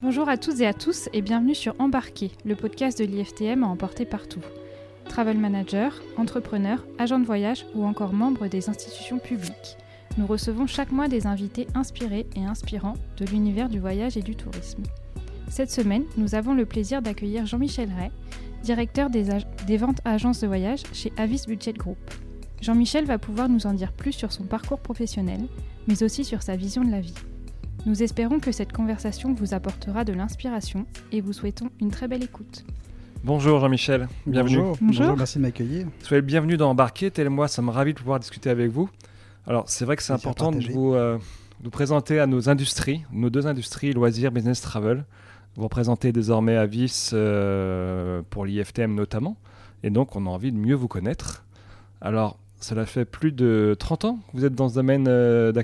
Bonjour à toutes et à tous et bienvenue sur Embarquer, le podcast de l'IFTM à emporter partout. Travel manager, entrepreneur, agent de voyage ou encore membre des institutions publiques. Nous recevons chaque mois des invités inspirés et inspirants de l'univers du voyage et du tourisme. Cette semaine, nous avons le plaisir d'accueillir Jean-Michel Ray, directeur des ventes agences de voyage chez Avis Budget Group. Jean-Michel va pouvoir nous en dire plus sur son parcours professionnel, mais aussi sur sa vision de la vie. Nous espérons que cette conversation vous apportera de l'inspiration et vous souhaitons une très belle écoute. Bonjour Jean-Michel, bienvenue. Bonjour, merci de m'accueillir. Soyez le bienvenu dans Embarquer, tel moi, ça me ravit de pouvoir discuter avec vous. Alors c'est vrai que c'est important de vous présenter à nos industries, nos deux industries, loisirs, business, travel. Vous représentez désormais Avis pour l'IFTM notamment, et donc on a envie de mieux vous connaître. Alors, cela fait plus de 30 ans que vous êtes dans ce domaine d'activité ?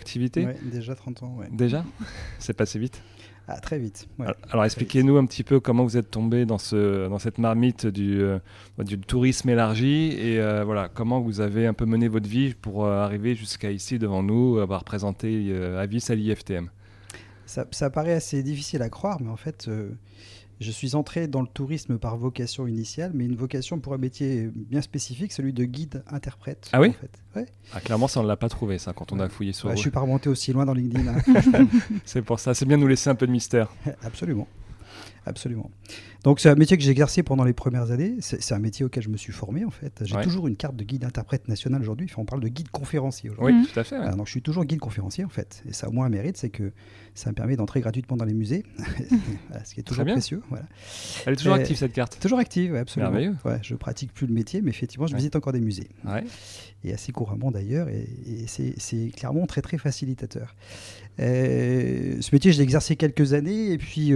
Oui, déjà 30 ans. Ouais. Déjà ? C'est passé vite ? Ah, très vite. Ouais. Alors expliquez-nous un petit peu comment vous êtes tombé dans cette marmite du tourisme élargi et voilà, comment vous avez un peu mené votre vie pour arriver jusqu'à ici devant nous, avoir présenté Avis à l'IFTM. Ça paraît assez difficile à croire, mais en fait, je suis entré dans le tourisme par vocation initiale, mais une vocation pour un métier bien spécifique, celui de guide-interprète. Ah oui ? En fait. Ouais. Ah, clairement, ça on ne l'a pas trouvé, ça, quand on a fouillé sur vous. Je ne suis pas remonté aussi loin dans LinkedIn. Hein. C'est pour ça, c'est bien de nous laisser un peu de mystère. Absolument. Donc c'est un métier que j'ai exercé pendant les premières années. C'est un métier auquel je me suis formé en fait. J'ai toujours une carte de guide-interprète national aujourd'hui. Enfin, on parle de guide-conférencier aujourd'hui. Oui, tout à fait. Ouais. Donc je suis toujours guide-conférencier en fait. Et ça a au moins un mérite, c'est que ça me permet d'entrer gratuitement dans les musées, voilà, ce qui est toujours précieux. Voilà. Elle est toujours active cette carte ? Toujours active, ouais, absolument. Merveilleux. Ouais, je pratique plus le métier, mais effectivement je visite encore des musées. Ouais. Et assez couramment d'ailleurs. Et c'est clairement très très facilitateur. Ce métier, je l'ai exercé quelques années et puis...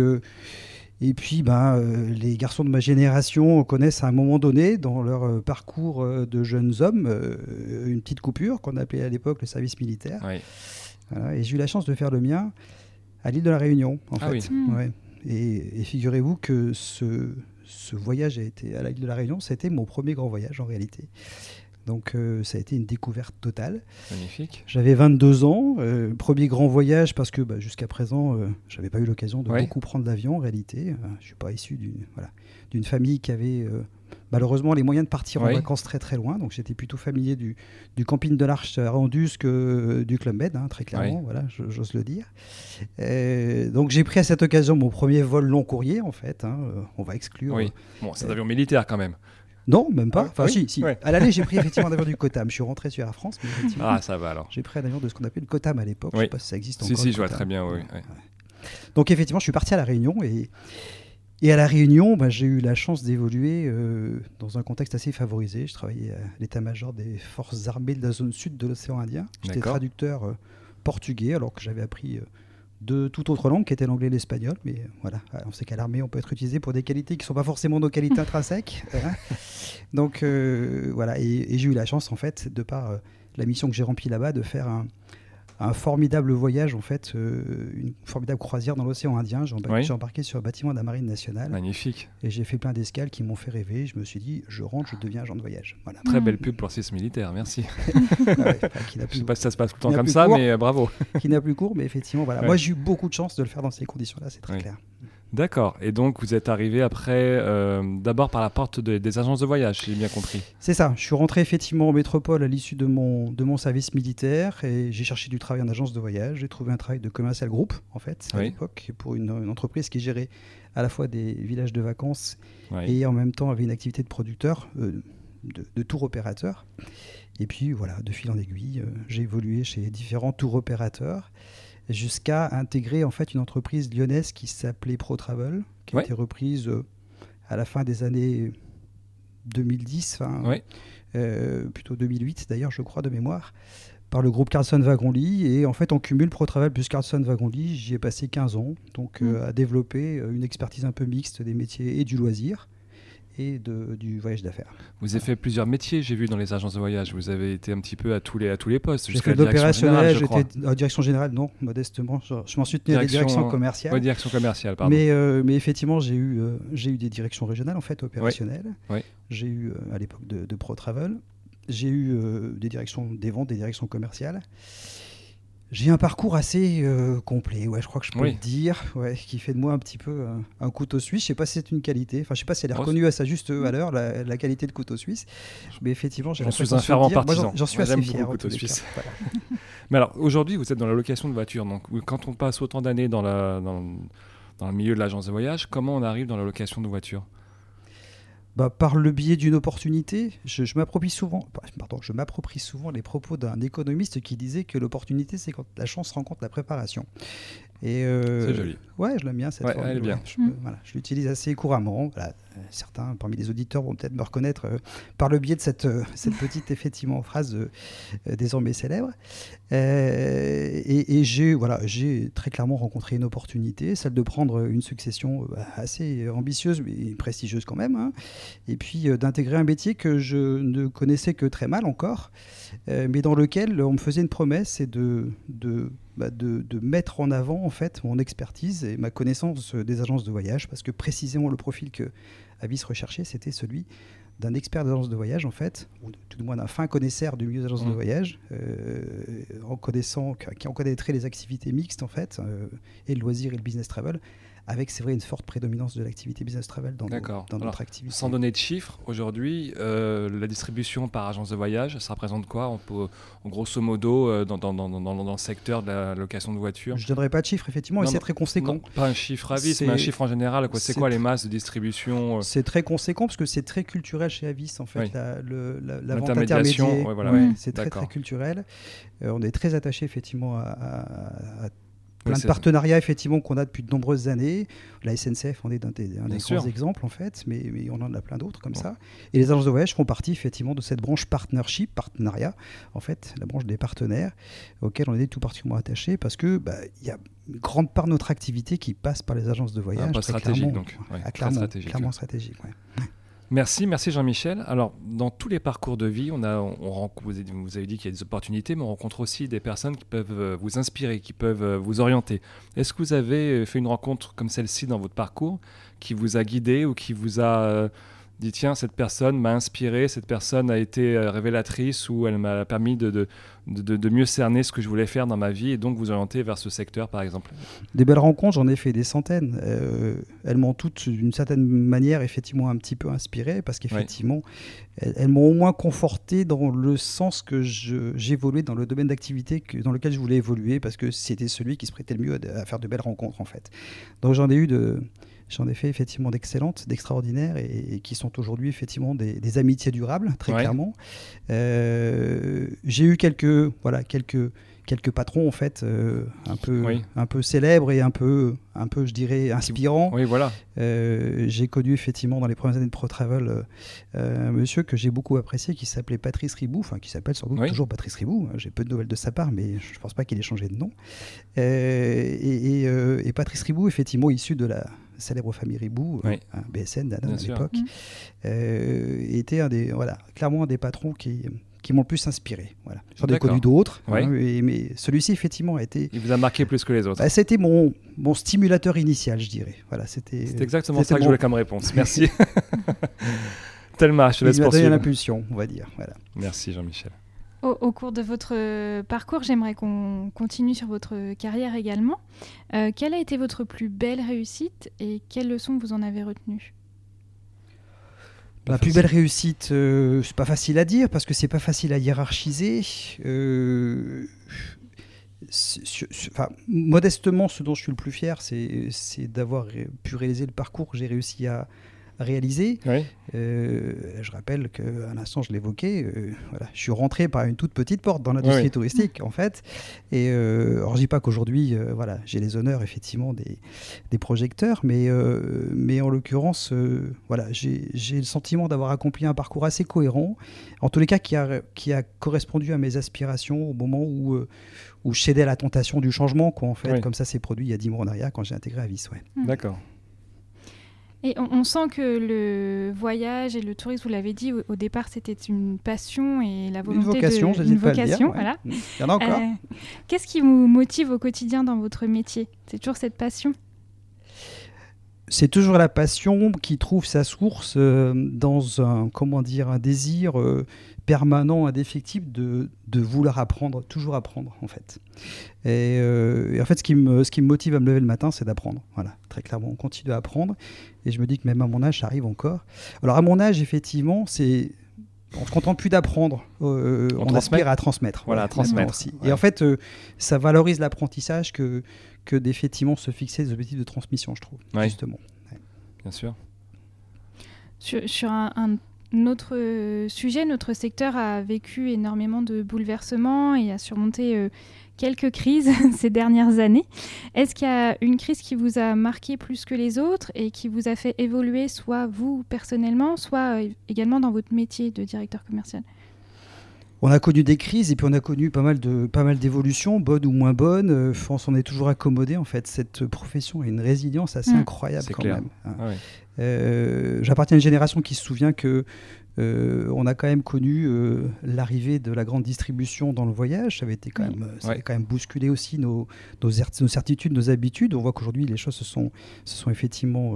les garçons de ma génération connaissent à un moment donné, dans leur parcours de jeunes hommes, une petite coupure qu'on appelait à l'époque le service militaire. Oui. Voilà, et j'ai eu la chance de faire le mien à l'île de la Réunion, en fait. Oui. Ouais. Et figurez-vous que ce voyage à l'île de la Réunion, c'était mon premier grand voyage en réalité. Donc ça a été une découverte totale. Magnifique. J'avais 22 ans, premier grand voyage parce que jusqu'à présent, je n'avais pas eu l'occasion de beaucoup prendre l'avion en réalité. Je ne suis pas issu d'une famille qui avait malheureusement les moyens de partir en vacances très très loin. Donc j'étais plutôt familier du camping de l'Arche à Randus que du Club Med, très clairement, voilà, j'ose le dire. Donc j'ai pris à cette occasion mon premier vol long courrier en fait. On va exclure... Oui, bon, c'est un avion militaire quand même. Non, même pas. Enfin, si. Ouais. À l'aller, j'ai pris effectivement un avion du COTAM. Je suis rentré sur Air France. Mais ah, ça va alors. J'ai pris un avion de ce qu'on appelait le COTAM à l'époque. Je ne sais pas si ça existe encore. Si, je vois très bien, oui. Ouais. Donc, effectivement, je suis parti à La Réunion. Et à La Réunion, j'ai eu la chance d'évoluer dans un contexte assez favorisé. Je travaillais à l'état-major des forces armées de la zone sud de l'océan Indien. J'étais traducteur portugais, alors que j'avais appris... de toute autre langue qui était l'anglais et l'espagnol, mais voilà, on sait qu'à l'armée on peut être utilisé pour des qualités qui ne sont pas forcément nos qualités intrinsèques. Donc voilà, et j'ai eu la chance en fait, de par la mission que j'ai remplie là-bas, de faire un formidable voyage en fait, une formidable croisière dans l'océan Indien. J'ai embarqué sur un bâtiment de la Marine nationale. Magnifique. Et j'ai fait plein d'escales qui m'ont fait rêver. Je me suis dit, je rentre, je deviens agent de voyage. Voilà. Très belle pub pour le service militaire, merci. Je ne sais pas si ça se passe tout le temps comme ça, mais bravo. Qui n'a plus court, mais effectivement, voilà. Moi, j'ai eu beaucoup de chance de le faire dans ces conditions-là, c'est très clair. D'accord. Et donc, vous êtes arrivé après, d'abord par la porte des agences de voyage, si j'ai bien compris. C'est ça. Je suis rentré effectivement en métropole à l'issue de mon service militaire et j'ai cherché du travail en agence de voyage. J'ai trouvé un travail de commercial groupe, en fait, à l'époque, pour une entreprise qui gérait à la fois des villages de vacances et en même temps avait une activité de producteur, de tour opérateur. Et puis, voilà, de fil en aiguille, j'ai évolué chez différents tour opérateurs, jusqu'à intégrer en fait une entreprise lyonnaise qui s'appelait ProTravel, qui a été reprise à la fin des années 2010, plutôt 2008 d'ailleurs, je crois, de mémoire, par le groupe Carlson Wagon-Lit. Et en fait, on cumule ProTravel plus Carlson Wagon-Lit. J'y ai passé 15 ans, donc à développer une expertise un peu mixte des métiers et du loisir et du voyage d'affaires. Vous avez fait plusieurs métiers, j'ai vu, dans les agences de voyage. Vous avez été un petit peu à tous les postes. J'ai fait de l'opérationnel, j'étais en direction générale, non, modestement. Je m'en suis tenu à des directions commerciales. Oui, direction commerciale, pardon. Mais effectivement, j'ai eu des directions régionales, en fait, opérationnelles. J'ai eu, à l'époque de ProTravel, j'ai eu des directions des ventes, des directions commerciales. J'ai un parcours assez complet, je crois que je peux le dire, qui fait de moi un petit peu un couteau suisse. Je ne sais pas si c'est une qualité, je ne sais pas si elle est reconnue à sa juste valeur, la qualité de couteau suisse, mais effectivement, j'ai l'impression de fervent partisan. J'en suis assez fier. Couteau suisse. Voilà. Mais alors, aujourd'hui, vous êtes dans la location de voitures, donc quand on passe autant d'années dans le milieu de l'agence de voyage, comment on arrive dans la location de voitures ? Par le biais d'une opportunité, je m'approprie souvent les propos d'un économiste qui disait que l'opportunité, c'est quand la chance rencontre la préparation. Et c'est joli. Ouais, je l'aime bien cette formule. Elle est bien. Je l'utilise assez couramment. Voilà. Certains parmi les auditeurs vont peut-être me reconnaître par le biais de cette petite effectivement phrase désormais célèbre. Et j'ai très clairement rencontré une opportunité, celle de prendre une succession assez ambitieuse mais prestigieuse quand même, hein, et puis d'intégrer un métier que je ne connaissais que très mal encore, mais dans lequel on me faisait une promesse, c'est de mettre en avant en fait mon expertise et ma connaissance des agences de voyage, parce que précisément le profil que Avis recherchait, c'était celui d'un expert d'agence de voyage en fait, ou tout du moins d'un fin connaisseur du milieu d'agence de voyage, qui en connaîtrait les activités mixtes en fait, et le loisir et le business travel, avec, c'est vrai, une forte prédominance de l'activité business travel dans notre activité. Sans donner de chiffres, aujourd'hui, la distribution par agence de voyage, ça représente quoi en grosso modo dans le secteur de la location de voitures ? Je ne donnerai pas de chiffres, effectivement, mais c'est très conséquent. Non, pas un chiffre à vis, mais un chiffre en général. C'est quoi les masses de distribution ? C'est très conséquent parce que c'est très culturel chez Avis, en fait. La vente intermédiaire. C'est très culturel. On est très attaché, effectivement, à plein de partenariats effectivement qu'on a depuis de nombreuses années. La SNCF en est un des grands exemples en fait, mais on en a plein d'autres comme ça. Et les agences de voyage font partie effectivement de cette branche partenariat en fait, la branche des partenaires auxquels on est tout particulièrement attaché, parce que il y a une grande part de notre activité qui passe par les agences de voyage. Pas stratégique donc. Clairement stratégique. Merci Jean-Michel. Alors, dans tous les parcours de vie, vous avez dit qu'il y a des opportunités, mais on rencontre aussi des personnes qui peuvent vous inspirer, qui peuvent vous orienter. Est-ce que vous avez fait une rencontre comme celle-ci dans votre parcours qui vous a guidé ou qui vous a dit tiens, cette personne m'a inspiré, cette personne a été révélatrice ou elle m'a permis de mieux cerner ce que je voulais faire dans ma vie et donc vous orienter vers ce secteur par exemple ? Des belles rencontres, j'en ai fait des centaines. Elles m'ont toutes d'une certaine manière effectivement un petit peu inspiré, parce qu'effectivement elles m'ont au moins conforté dans le sens que j'évoluais dans le domaine d'activité dans lequel je voulais évoluer, parce que c'était celui qui se prêtait le mieux à faire de belles rencontres en fait. Donc j'en ai fait effectivement d'excellentes, d'extraordinaires, et qui sont aujourd'hui effectivement des amitiés durables, très clairement. J'ai eu quelques patrons en fait, un peu célèbres et un peu je dirais inspirants. Oui, voilà. J'ai connu effectivement dans les premières années de ProTravel un monsieur que j'ai beaucoup apprécié qui s'appelait Patrice Ribou, qui s'appelle sans doute toujours Patrice Ribou. J'ai peu de nouvelles de sa part, mais je ne pense pas qu'il ait changé de nom. Et Patrice Ribou, effectivement issu de la célèbre famille Ribou, BSN, Danone à l'époque, était clairement un des patrons qui m'ont le plus inspiré. Voilà. J'en ai connu d'autres, mais celui-ci effectivement a été... Il vous a marqué plus que les autres. C'était mon stimulateur initial, je dirais. Voilà, c'était exactement ça que je voulais comme réponse. Merci. Thelma, je te laisse poursuivre. Il m'a donné l'impulsion, on va dire. Voilà. Merci Jean-Michel. Au cours de votre parcours, j'aimerais qu'on continue sur votre carrière également. Quelle a été votre plus belle réussite et quelles leçons vous en avez retenues ? La plus belle réussite, c'est pas facile à dire parce que c'est pas facile à hiérarchiser. Modestement, ce dont je suis le plus fier, c'est d'avoir pu réaliser le parcours que j'ai réussi à réalisé. Je rappelle qu'à l'instant, je l'évoquais, je suis rentré par une toute petite porte dans l'industrie touristique, en fait. Et alors, je dis pas qu'aujourd'hui, j'ai les honneurs, effectivement, des projecteurs, mais en l'occurrence, j'ai le sentiment d'avoir accompli un parcours assez cohérent, en tous les cas, qui a correspondu à mes aspirations au moment où je cédais à la tentation du changement, quoi, en fait, comme ça s'est produit il y a 10 mois en arrière, quand j'ai intégré Avis. D'accord. Et on sent que le voyage et le tourisme, vous l'avez dit, au départ, c'était une passion et la volonté une vocation, voilà. Il y en a encore. Qu'est-ce qui vous motive au quotidien dans votre métier ? C'est toujours cette passion ? c'est toujours la passion qui trouve sa source dans un désir permanent, indéfectible de vouloir apprendre, toujours apprendre en fait. Et en fait, ce qui me motive à me lever le matin, c'est d'apprendre. Voilà, très clairement, on continue à apprendre. Et je me dis que même à mon âge, ça arrive encore. Alors à mon âge, effectivement, on se contente plus d'apprendre, on aspire à transmettre. Voilà, à transmettre. Aussi. Ouais. Et en fait, ça valorise l'apprentissage que d'effectivement se fixer des objectifs de transmission, je trouve, justement. Ouais. Bien sûr. Sur un autre sujet, notre secteur a vécu énormément de bouleversements et a surmonté quelques crises ces dernières années. Est-ce qu'il y a une crise qui vous a marqué plus que les autres et qui vous a fait évoluer, soit vous personnellement, soit également dans votre métier de directeur commercial ? On a connu des crises et puis on a connu pas mal d'évolutions, bonnes ou moins bonnes. On s'en est toujours accommodé en fait. Cette profession a une résilience assez incroyable quand même. J'appartiens à une génération qui se souvient que on a quand même connu l'arrivée de la grande distribution dans le voyage. Ça avait été quand même bousculé aussi nos certitudes, nos habitudes. On voit qu'aujourd'hui les choses se sont effectivement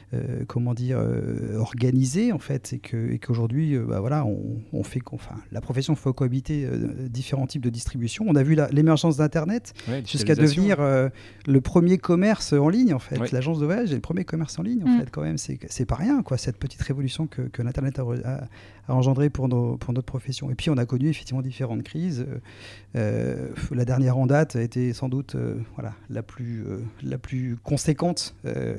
organisées en fait, et qu'aujourd'hui on fait la profession fait cohabiter différents types de distribution. On a vu l'émergence d'Internet jusqu'à devenir le premier commerce en ligne en fait. L'agence de voyage est le premier commerce en ligne en fait quand même. C'est pas rien quoi, cette petite révolution que l'Internet a engendré pour notre profession. Et puis on a connu effectivement différentes crises. La dernière en date a été sans doute la plus conséquente,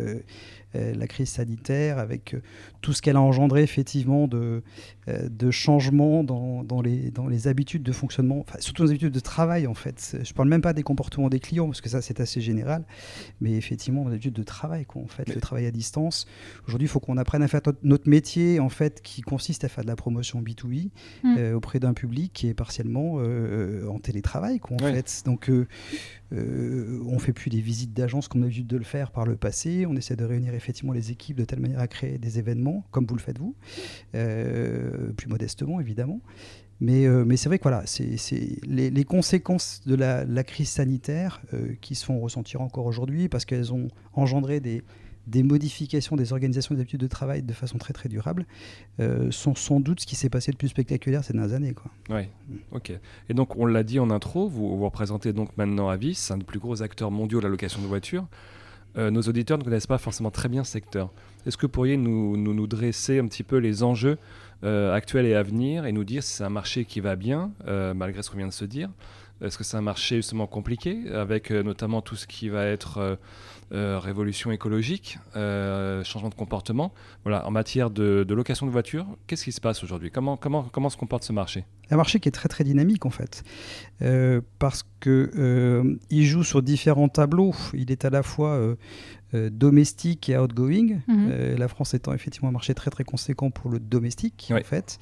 la crise sanitaire, avec tout ce qu'elle a engendré effectivement de changements dans les habitudes de fonctionnement, surtout les habitudes de travail en fait. Je ne parle même pas des comportements des clients parce que ça c'est assez général, mais effectivement dans les habitudes de travail quoi, en fait, le travail à distance. Aujourd'hui il faut qu'on apprenne à faire notre métier en fait, qui consiste à faire de la promotion B2B auprès d'un public qui est partiellement en télétravail quoi, en fait. Donc on ne fait plus des visites d'agence comme on a l'habitude de le faire par le passé. On essaie de réunir effectivement les équipes de telle manière à créer des événements, comme vous le faites vous, plus modestement évidemment. Mais c'est vrai que c'est les conséquences de la crise sanitaire qui se font ressentir encore aujourd'hui parce qu'elles ont engendré des modifications des organisations des habitudes de travail de façon très très durable, sont sans doute ce qui s'est passé de plus spectaculaire ces dernières années. Oui, ok. Et donc on l'a dit en intro, vous représentez donc maintenant Avis, un des plus gros acteurs mondiaux de la location de voitures. Nos auditeurs ne connaissent pas forcément très bien ce secteur. Est-ce que vous pourriez nous dresser un petit peu les enjeux actuels et à venir et nous dire si c'est un marché qui va bien, malgré ce qu'on vient de se dire? Est-ce que c'est un marché justement compliqué, avec notamment tout ce qui va être révolution écologique, changement de comportement? Voilà, en matière de location de voitures, qu'est-ce qui se passe aujourd'hui? Comment se comporte ce marché? Un marché qui est très très dynamique en fait, parce qu'il joue sur différents tableaux. Il est à la fois domestique et outgoing, la France étant effectivement un marché très très conséquent pour le domestique en fait.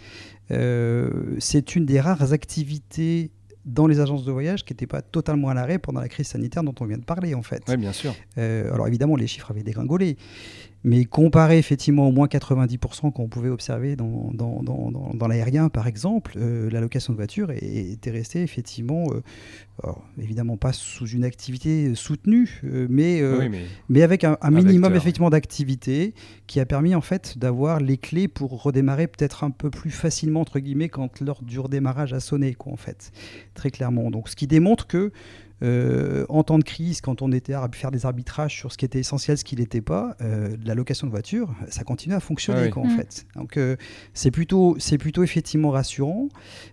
C'est une des rares activités dans les agences de voyage qui n'étaient pas totalement à l'arrêt pendant la crise sanitaire dont on vient de parler en fait. Oui, bien sûr. Alors évidemment les chiffres avaient dégringolé, mais comparé effectivement au moins 90% qu'on pouvait observer dans l'aérien par exemple, la location de voiture était restée effectivement, alors, évidemment pas sous une activité soutenue, mais avec un minimum effectivement d'activité qui a permis en fait d'avoir les clés pour redémarrer peut-être un peu plus facilement entre guillemets quand l'heure du redémarrage a sonné quoi, en fait, très clairement. Donc ce qui démontre que en temps de crise, quand on était à faire des arbitrages sur ce qui était essentiel, ce qui n'était pas, la location de voiture, ça continue à fonctionner quoi, en fait. Donc c'est plutôt effectivement rassurant.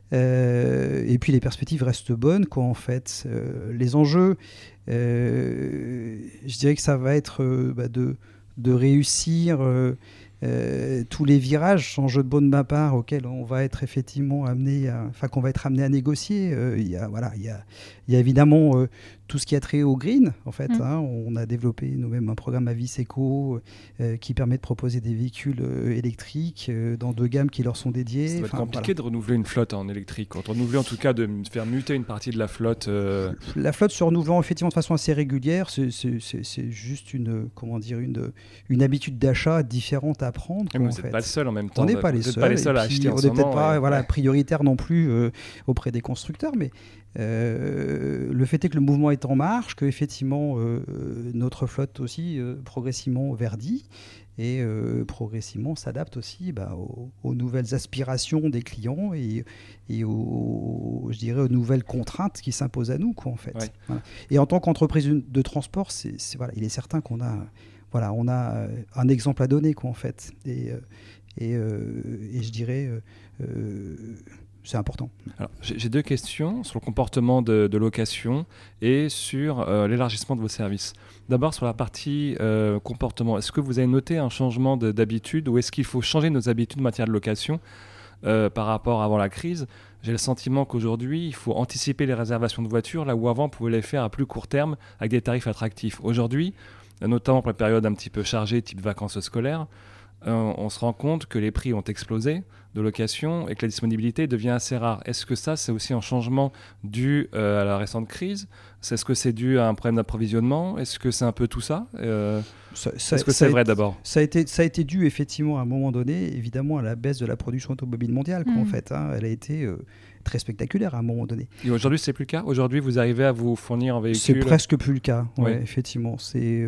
Et puis les perspectives restent bonnes quoi, en fait. Les enjeux, je dirais que ça va être de réussir tous les virages, sans jeu de mots de ma part, auxquels on va être effectivement amené à négocier. Il y a évidemment tout ce qui a trait au green, en fait. On a développé nous-mêmes un programme Avis Eco qui permet de proposer des véhicules électriques dans 2 gammes qui leur sont dédiées. Ça va être compliqué de renouveler une flotte en électrique. Quand on renouveler, en tout cas, de faire muter une partie de la flotte. La flotte se renouvelant effectivement de façon assez régulière, c'est juste une habitude d'achat différente à prendre. Vous n'êtes pas le seul en même temps. On n'est pas les seuls à acheter en ce moment. On n'est peut-être pas prioritaire non plus auprès des constructeurs, mais le fait est que le mouvement est en marche, que effectivement notre flotte aussi progressivement verdit et progressivement s'adapte aussi aux nouvelles aspirations des clients et aux nouvelles contraintes qui s'imposent à nous, quoi, en fait. Voilà. Et en tant qu'entreprise de transport, il est certain qu'on a un exemple à donner, quoi, en fait. Et je dirais c'est important. Alors, j'ai 2 questions sur le comportement de location et sur l'élargissement de vos services. D'abord, sur la partie comportement, est-ce que vous avez noté un changement d'habitude ou est-ce qu'il faut changer nos habitudes en matière de location par rapport à avant la crise? J'ai le sentiment qu'aujourd'hui, il faut anticiper les réservations de voitures là où avant, on pouvait les faire à plus court terme avec des tarifs attractifs. Aujourd'hui, notamment pour les périodes un petit peu chargées, type vacances scolaires, on se rend compte que les prix ont explosé de location et que la disponibilité devient assez rare. Est-ce que ça, c'est aussi un changement dû à la récente crise? Est-ce que c'est dû à un problème d'approvisionnement? Est-ce que c'est un peu tout ça? Est-ce que c'est vrai d'abord? Ça a été dû effectivement à un moment donné, évidemment, à la baisse de la production automobile mondiale, quoi, en fait. Elle a été très spectaculaire à un moment donné. Et aujourd'hui, c'est plus le cas? Aujourd'hui, vous arrivez à vous fournir en véhicule? C'est presque plus le cas, effectivement.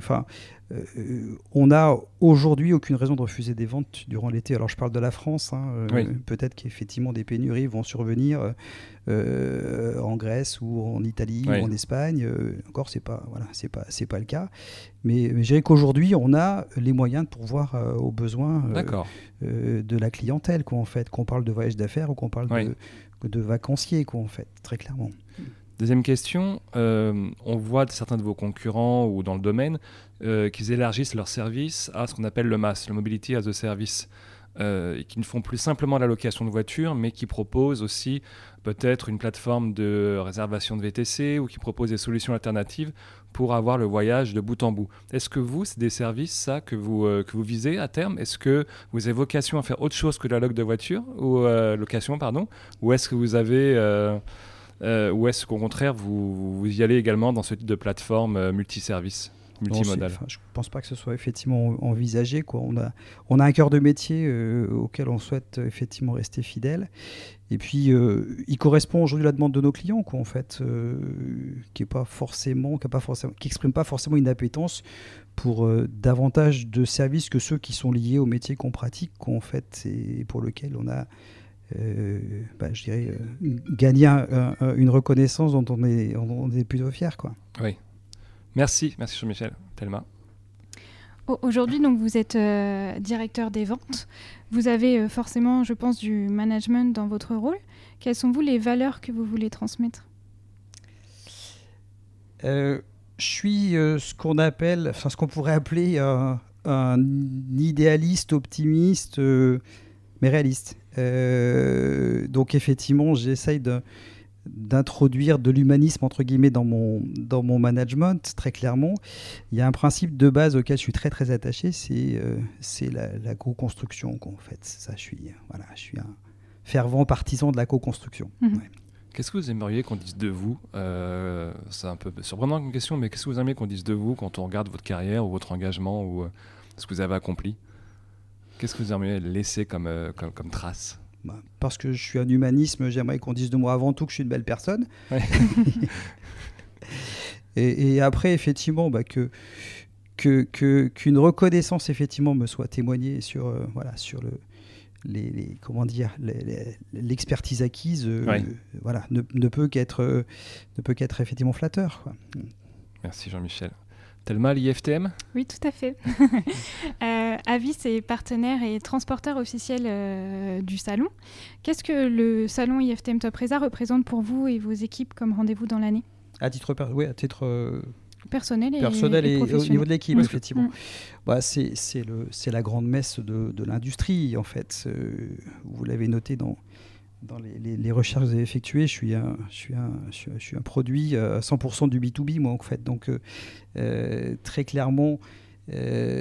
On n'a aujourd'hui aucune raison de refuser des ventes durant l'été. Alors je parle de la France, peut-être qu'effectivement des pénuries vont survenir en Grèce ou en Italie ou en Espagne. Encore, c'est pas le cas. Mais je dirais qu'aujourd'hui, on a les moyens de pourvoir aux besoins de la clientèle, quoi, en fait. Qu'on parle de voyage d'affaires ou qu'on parle de vacanciers, quoi, en fait, très clairement. Deuxième question, on voit certains de vos concurrents ou dans le domaine qu'ils élargissent leurs services à ce qu'on appelle le MaaS, le Mobility as a Service, et qui ne font plus simplement la location de voitures, mais qui proposent aussi peut-être une plateforme de réservation de VTC ou qui proposent des solutions alternatives pour avoir le voyage de bout en bout. Est-ce que vous, c'est des services ça, que vous visez à terme? Est-ce que vous avez vocation à faire autre chose que la location de voiture, ou est-ce que vous avez... ou est-ce qu'au contraire, vous y allez également dans ce type de plateforme multiservice, multimodale? Je ne pense pas que ce soit effectivement envisagé, quoi. On a un cœur de métier auquel on souhaite effectivement rester fidèle. Et puis, il correspond aujourd'hui à la demande de nos clients, quoi, en fait, qui n'exprime pas forcément une appétence pour davantage de services que ceux qui sont liés au métier qu'on pratique, quoi, en fait, et pour lequel on a... je dirais gagner une reconnaissance dont on est plutôt fier, quoi. Oui. Merci Jean-Michel. Thelma. Aujourd'hui, donc, vous êtes directeur des ventes. Vous avez forcément, je pense, du management dans votre rôle. Quelles sont les valeurs que vous voulez transmettre? Je suis ce qu'on pourrait appeler un idéaliste, optimiste, mais réaliste. Donc effectivement, j'essaye d'introduire de l'humanisme entre guillemets dans mon management, très clairement. Il y a un principe de base auquel je suis très très attaché, c'est la co-construction, quoi, en fait. Ça, je suis un fervent partisan de la co-construction. Qu'est-ce que vous aimeriez qu'on dise de vous? C'est un peu surprenant comme question, mais qu'est-ce que vous aimeriez qu'on dise de vous quand on regarde votre carrière ou votre engagement ou ce que vous avez accompli? Qu'est-ce que vous aimeriez laisser comme trace? Parce que je suis un humanisme, j'aimerais qu'on dise de moi avant tout que je suis une belle personne. Ouais. et après, effectivement, qu'une reconnaissance effectivement me soit témoignée sur l'expertise acquise, ne peut qu'être effectivement flatteur, quoi. Merci Jean-Michel. Thelma, l'IFTM? Oui, tout à fait. Avis est partenaire et transporteur officiel du salon. Qu'est-ce que le salon IFTM Top Resa représente pour vous et vos équipes comme rendez-vous dans l'année? À titre personnel et au niveau de l'équipe, effectivement. C'est la grande messe de l'industrie, en fait. Vous l'avez noté dans les recherches que vous avez effectuées, je suis un produit à 100% du B2B, moi, en fait. Donc, très clairement,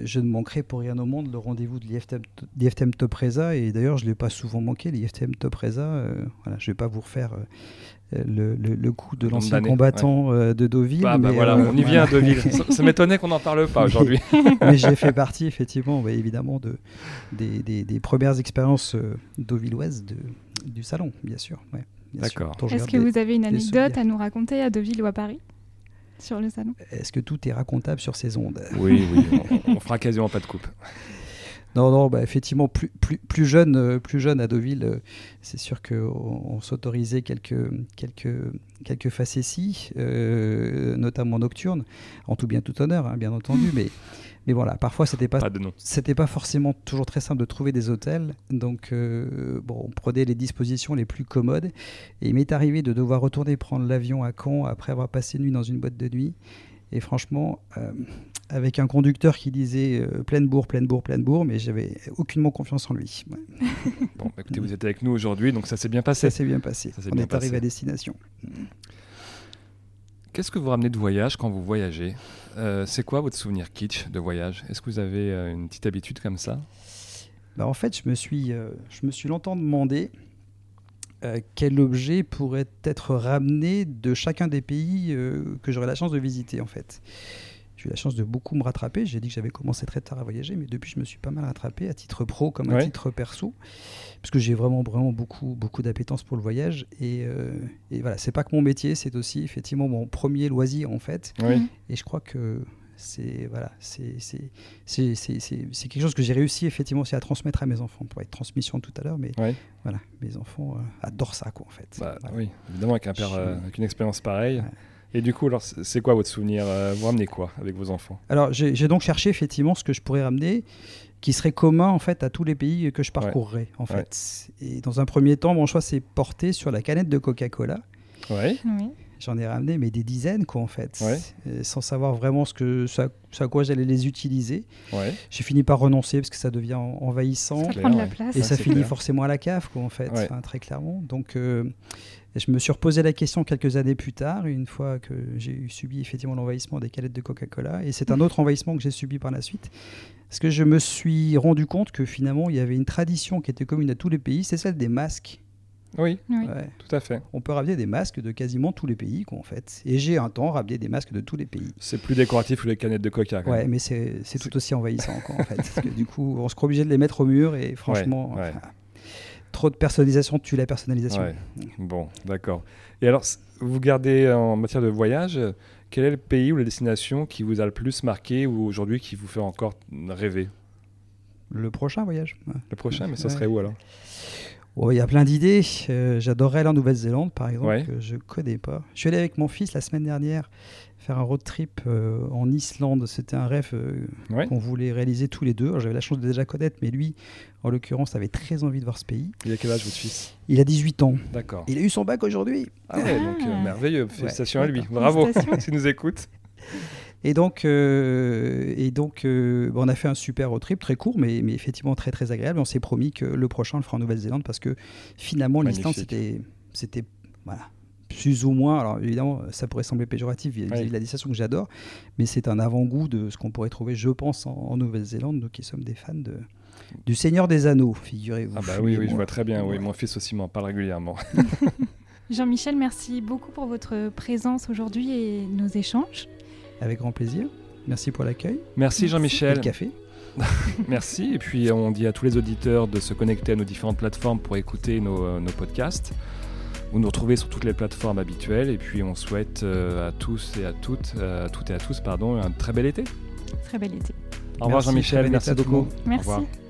je ne manquerai pour rien au monde le rendez-vous de l'IFTM Top Resa, et d'ailleurs je ne l'ai pas souvent manqué, l'IFTM Top Resa. Voilà, je ne vais pas vous refaire le coup de l'ancien combattant de Deauville. On y vient à Deauville. Ça m'étonnait qu'on n'en parle pas aujourd'hui. Mais j'ai fait partie effectivement, évidemment, des premières expériences deauvilloises du salon, bien sûr. Ouais, d'accord. Est-ce que vous avez une anecdote à nous raconter à Deauville ou à Paris sur le salon? Est-ce que tout est racontable sur ces ondes? Oui, on fera quasiment pas de coupe. Non, effectivement, plus jeune à Deauville, c'est sûr qu'on s'autorisait quelques facéties, notamment nocturnes, en tout bien tout honneur, hein, bien entendu, mais voilà, parfois c'était pas forcément toujours très simple de trouver des hôtels, donc on prenait les dispositions les plus commodes, et il m'est arrivé de devoir retourner prendre l'avion à Caen après avoir passé une nuit dans une boîte de nuit. Et franchement, avec un conducteur qui disait pleine bourre, mais j'avais aucunement confiance en lui. Ouais. Bon, écoutez, vous êtes avec nous aujourd'hui, donc ça s'est bien passé. Ça s'est bien passé. On est arrivé à destination. Qu'est-ce que vous ramenez de voyage quand vous voyagez? C'est quoi votre souvenir kitsch de voyage? Est-ce que vous avez une petite habitude comme ça? En fait, je me suis longtemps demandé quel objet pourrait être ramené de chacun des pays que j'aurais la chance de visiter, en fait. J'ai eu la chance de beaucoup me rattraper. J'ai dit que j'avais commencé très tard à voyager, mais depuis, je me suis pas mal rattrapé à titre pro comme à titre perso, parce que j'ai vraiment beaucoup d'appétence pour le voyage. Et voilà, c'est pas que mon métier, c'est aussi effectivement mon premier loisir, en fait. Oui. Et je crois que c'est quelque chose que j'ai réussi effectivement aussi à transmettre à mes enfants. Pour être transmission tout à l'heure, mais voilà, mes enfants adorent ça, quoi, en fait. Voilà. Oui, évidemment, avec un père avec une expérience pareille. Ouais. Et du coup, alors, c'est quoi votre souvenir? Vous ramenez quoi avec vos enfants? Alors, j'ai donc cherché effectivement ce que je pourrais ramener qui serait commun en fait à tous les pays que je parcourrais, en fait. Et dans un premier temps, mon choix s'est porté sur la canette de Coca-Cola. Oui. J'en ai ramené des dizaines, quoi, en fait, sans savoir vraiment ce à quoi j'allais les utiliser. J'ai fini par renoncer parce que ça devient envahissant. Ça prend de la place. Et ça finit forcément à la cave, quoi, en fait, très clairement. Donc, je me suis reposé la question quelques années plus tard, une fois que j'ai subi effectivement l'envahissement des canettes de Coca-Cola. Et c'est un autre envahissement que j'ai subi par la suite. Parce que je me suis rendu compte que finalement, il y avait une tradition qui était commune à tous les pays, c'est celle des masques. Oui, tout à fait. On peut ramener des masques de quasiment tous les pays, quoi, en fait. Et j'ai un temps ramené des masques de tous les pays. C'est plus décoratif que les canettes de Coca, quand même. Mais c'est tout aussi envahissant, quoi, en fait. Parce que du coup, on se croit obligé de les mettre au mur et franchement, trop de personnalisation tue la personnalisation. Bon, d'accord. Et alors, vous gardez en matière de voyage, quel est le pays ou la destination qui vous a le plus marqué ou aujourd'hui qui vous fait encore rêver? Le prochain voyage. Le prochain, mais ça serait où alors? Il y a plein d'idées. J'adorerais aller en Nouvelle-Zélande, par exemple, que je ne connais pas. Je suis allé avec mon fils la semaine dernière faire un road trip en Islande. C'était un rêve qu'on voulait réaliser tous les deux. Alors, j'avais la chance de déjà connaître, mais lui, en l'occurrence, avait très envie de voir ce pays. Il a quel âge, votre fils? Il a 18 ans. D'accord. Il a eu son bac aujourd'hui. Donc merveilleux. Félicitations à lui. Bravo, s'il nous écoute. Et donc, on a fait un super road trip, très court, mais effectivement très très agréable. On s'est promis que le prochain, on le fera en Nouvelle-Zélande, parce que finalement, l'Islande, c'était plus ou moins, alors évidemment, ça pourrait sembler péjoratif vis-à-vis de la destination que j'adore, mais c'est un avant-goût de ce qu'on pourrait trouver, je pense, en Nouvelle-Zélande, nous qui sommes des fans du Seigneur des Anneaux, figurez-vous. Oui, je vois très bien. Oui, mon fils aussi m'en parle régulièrement. Jean-Michel, merci beaucoup pour votre présence aujourd'hui et nos échanges. Avec grand plaisir. Merci pour l'accueil. Merci Jean-Michel. Et le café. Merci. Et puis on dit à tous les auditeurs de se connecter à nos différentes plateformes pour écouter nos podcasts. Vous nous retrouvez sur toutes les plateformes habituelles. Et puis on souhaite à tous et à toutes, un très bel été. Très bel été. Au revoir Jean-Michel. Merci beaucoup. Merci. Au revoir.